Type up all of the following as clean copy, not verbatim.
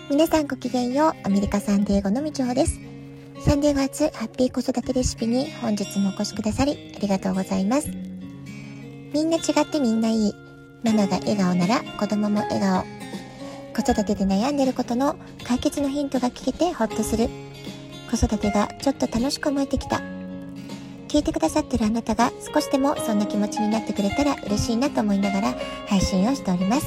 皆さんごきげんよう。アメリカサンデーゴのみちほです。サンデーゴ初ハッピー子育てレシピに本日もお越しくださりありがとうございます。みんな違ってみんないい。ママが笑顔なら子供も笑顔。子育てで悩んでることの解決のヒントが聞けてほっとする。子育てがちょっと楽しく思えてきた。聞いてくださってるあなたが少しでもそんな気持ちになってくれたら嬉しいなと思いながら配信をしております。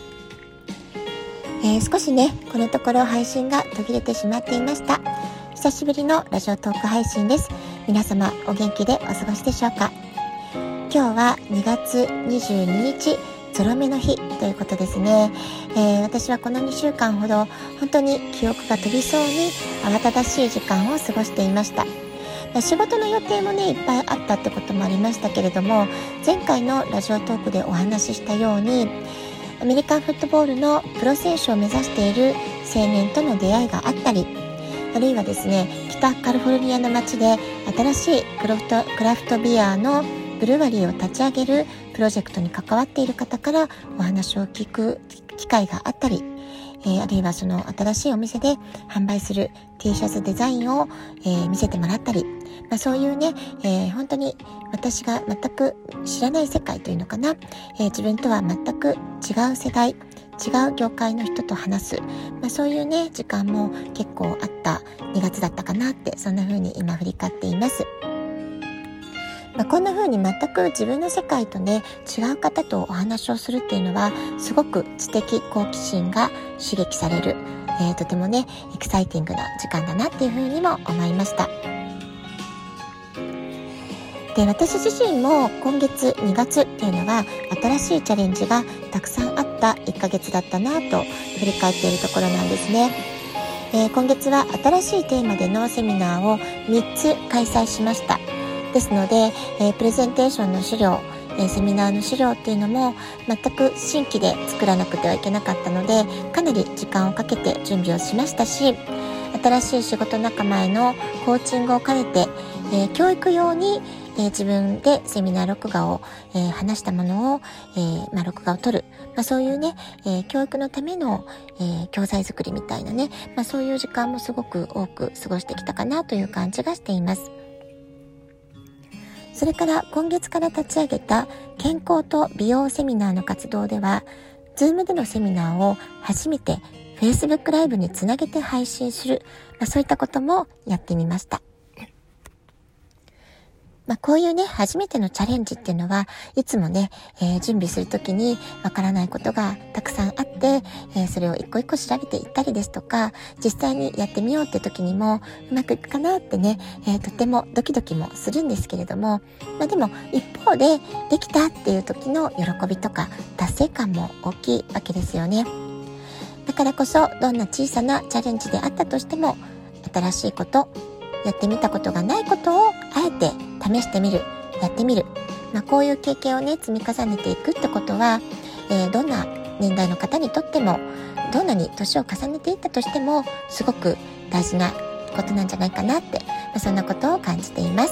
少しねこのところ配信が途切れてしまっていました。久しぶりのラジオトーク配信です。皆様お元気でお過ごしでしょうか。今日は2月22日ゾロ目の日ということですね。私はこの2週間ほど本当に記憶が飛びそうに慌ただしい時間を過ごしていました。仕事の予定もねいっぱいあったってこともありましたけれども、前回のラジオトークでお話ししたようにアメリカンフットボールのプロ選手を目指している青年との出会いがあったり、あるいはですね北カリフォルニアの街で新しいクラフトビアのブルワリーを立ち上げるプロジェクトに関わっている方からお話を聞く機会があったり、あるいはその新しいお店で販売する T シャツデザインを、見せてもらったり、そういうね、本当に私が全く知らない世界というのかな、自分とは全く違う世代、違う業界の人と話す、そういうね時間も結構あった2月だったかなって、そんな風に今振り返っています。こんな風に全く自分の世界とね違う方とお話をするっていうのはすごく知的好奇心が刺激される、とてもねエキサイティングな時間だなっていう風にも思いました。で、私自身も今月2月っていうのは新しいチャレンジがたくさんあった1ヶ月だったなと振り返っているところなんですね。今月は新しいテーマでのセミナーを3つ開催しました。ですので、プレゼンテーションの資料、セミナーの資料っていうのも全く新規で作らなくてはいけなかったので、かなり時間をかけて準備をしましたし、新しい仕事仲間へのコーチングを兼ねて、教育用に、自分でセミナー録画を、話したものを、録画を取る、そういうね、教育のための、教材作りみたいなね、そういう時間もすごく多く過ごしてきたかなという感じがしています。それから今月から立ち上げた健康と美容セミナーの活動では、Zoom でのセミナーを初めて Facebook ライブにつなげて配信する、そういったこともやってみました。こういうね初めてのチャレンジっていうのはいつもね、準備するときにわからないことがたくさんあって、それを一個一個調べていったりですとか、実際にやってみようって時にもうまくいくかなってね、とてもドキドキもするんですけれども、でも一方でできたっていう時の喜びとか達成感も大きいわけですよね。だからこそどんな小さなチャレンジであったとしても、新しいこと、やってみたことがないことをあえて試してみる、やってみる、こういう経験をね積み重ねていくってことは、どんな年代の方にとっても、どんなに年を重ねていったとしてもすごく大事なことなんじゃないかなって、そんなことを感じています。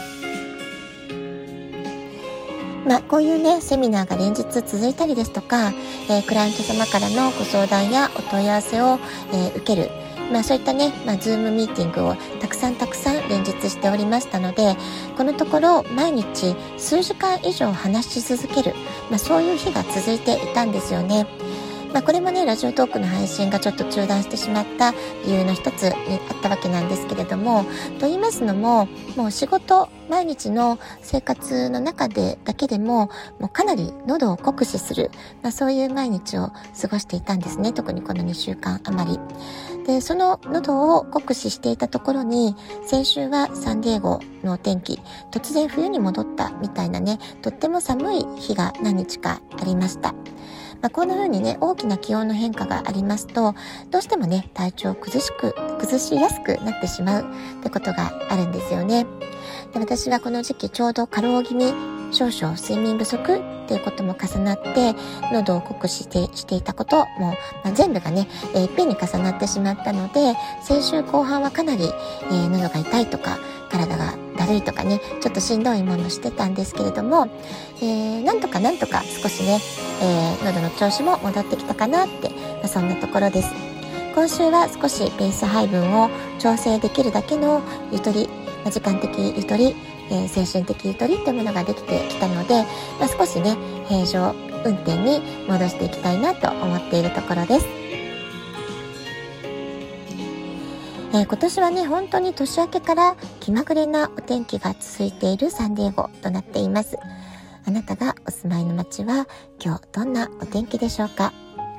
こういうねセミナーが連日続いたりですとか、クライアント様からのご相談やお問い合わせを、受ける、そういったね、Zoom ミーティングをたくさん連日しておりましたので、このところ毎日数時間以上話し続ける、そういう日が続いていたんですよね。これもねラジオトークの配信がちょっと中断してしまった理由の一つにあったわけなんですけれども、と言いますのも、もう仕事毎日の生活の中でだけでもうかなり喉を酷使する、そういう毎日を過ごしていたんですね。特にこの2週間余りで、その喉を酷使していたところに、先週はサンディエゴのお天気突然冬に戻ったみたいなね、とっても寒い日が何日かありました。こんな風にね大きな気温の変化がありますと、どうしてもね体調を崩しやすくなってしまうってことがあるんですよね。で、私はこの時期ちょうど過労気味、少々睡眠不足っていうことも重なって喉を酷使していたことも、全部がね、いっぺんに重なってしまったので、先週後半はかなり、喉が痛いとか体がだるいとかね、ちょっとしんどいものしてたんですけれども、なんとか少しね、喉の調子も戻ってきたかなって、そんなところです。 今週は少しペース配分を調整できるだけのゆとり、時間的ゆとり、精神的ゆとりというものができてきたので、少しね平常運転に戻していきたいなと思っているところです。今年はね本当に年明けから気まぐれなお天気が続いているサンディエゴとなっています。あなたがお住まいの街は今日どんなお天気でしょうか。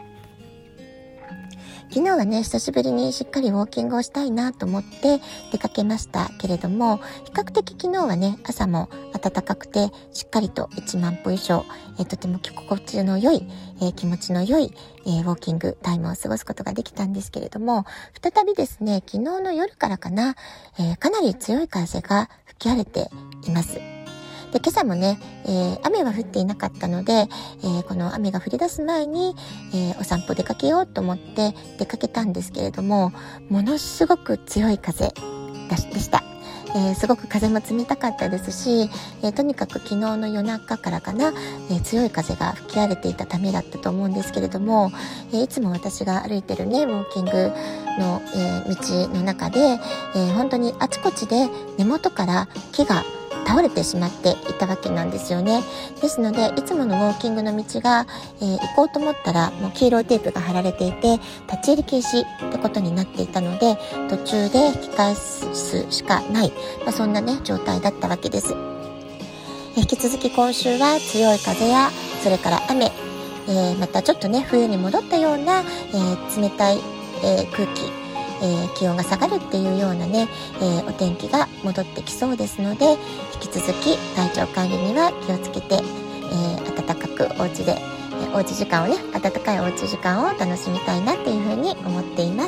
昨日はね久しぶりにしっかりウォーキングをしたいなと思って出かけましたけれども、比較的昨日はね朝も暖かくてしっかりと1万歩以上、とても心地の良い、気持ちの良い、ウォーキングタイムを過ごすことができたんですけれども、再びですね昨日の夜からかな、かなり強い風が吹き荒れています。で今朝もね、雨は降っていなかったので、この雨が降り出す前に、お散歩出かけようと思って出かけたんですけれども、ものすごく強い風でした。すごく風も冷たかったですし、とにかく昨日の夜中からかな、強い風が吹き荒れていたためだったと思うんですけれども、いつも私が歩いてるねウォーキングの、道の中で、本当にあちこちで根元から木が倒れてしまっていたわけなんですよね。ですのでいつものウォーキングの道が、行こうと思ったらもう黄色いテープが貼られていて立ち入り禁止ってことになっていたので、途中で引き返すしかない、そんなね状態だったわけです。引き続き今週は強い風やそれから雨、またちょっとね冬に戻ったような、冷たい、空気、気温が下がるっていうようなね、お天気が戻ってきそうですので、引き続き体調管理には気をつけて、暖かくお家で、おうち時間をね暖かいおうち時間を楽しみたいなっていうふうに思っています。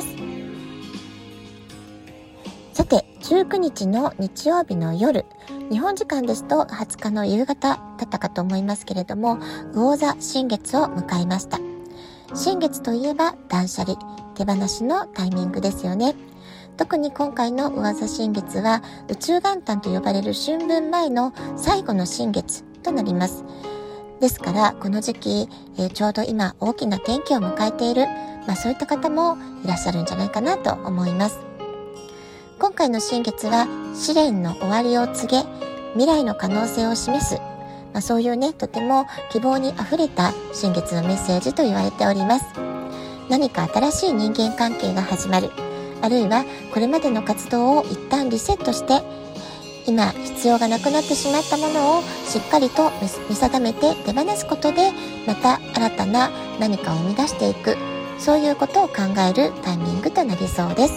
さて19日の日曜日の夜、日本時間ですと20日の夕方だったかと思いますけれども、魚座新月を迎えました。新月といえば断捨離、手放しのタイミングですよね。特に今回の魚座新月は宇宙元旦と呼ばれる春分前の最後の新月となります。ですからこの時期、ちょうど今大きな転機を迎えている、そういった方もいらっしゃるんじゃないかなと思います。今回の新月は試練の終わりを告げ、未来の可能性を示す、そういうねとても希望にあふれた新月のメッセージと言われております。何か新しい人間関係が始まる、あるいはこれまでの活動を一旦リセットして今必要がなくなってしまったものをしっかりと見定めて手放すことで、また新たな何かを生み出していく、そういうことを考えるタイミングとなりそうです。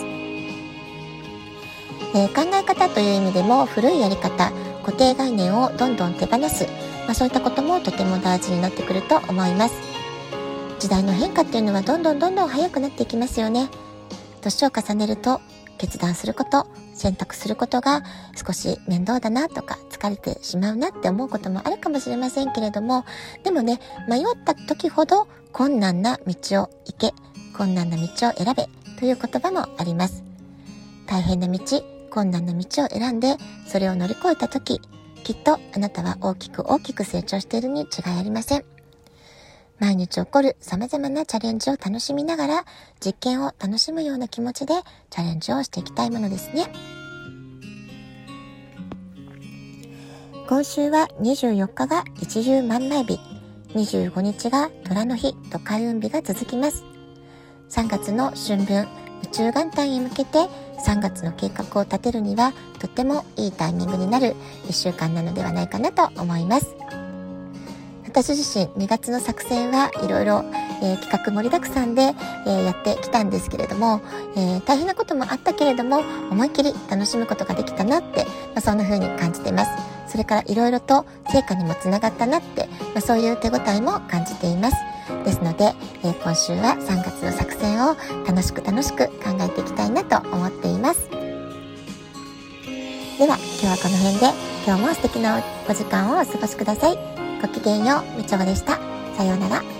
考え方という意味でも古いやり方、固定概念をどんどん手放す、そういったこともとても大事になってくると思います。時代の変化っていうのはどんどん早くなっていきますよね。年を重ねると決断すること、選択することが少し面倒だなとか疲れてしまうなって思うこともあるかもしれませんけれども、でもね迷った時ほど困難な道を行け、困難な道を選べという言葉もあります。大変な道、困難な道を選んでそれを乗り越えた時、きっとあなたは大きく成長しているに違いありません。毎日起こる様々なチャレンジを楽しみながら、実験を楽しむような気持ちでチャレンジをしていきたいものですね。今週は24日が一粒万倍日、25日が虎の日と開運日が続きます。3月の春分、宇宙元旦へ向けて3月の計画を立てるにはとってもいいタイミングになる1週間なのではないかなと思います。私自身2月の作戦はいろいろ企画盛りだくさんで、やってきたんですけれども、大変なこともあったけれども思いっきり楽しむことができたなって、そんな風に感じています。それからいろいろと成果にもつながったなって、そういう手応えも感じています。ですので、今週は3月の作戦を楽しく考えていきたいなと思っています。では今日はこの辺で、今日も素敵なお時間をお過ごしください。ごきげんよう、みちょばでした。さようなら。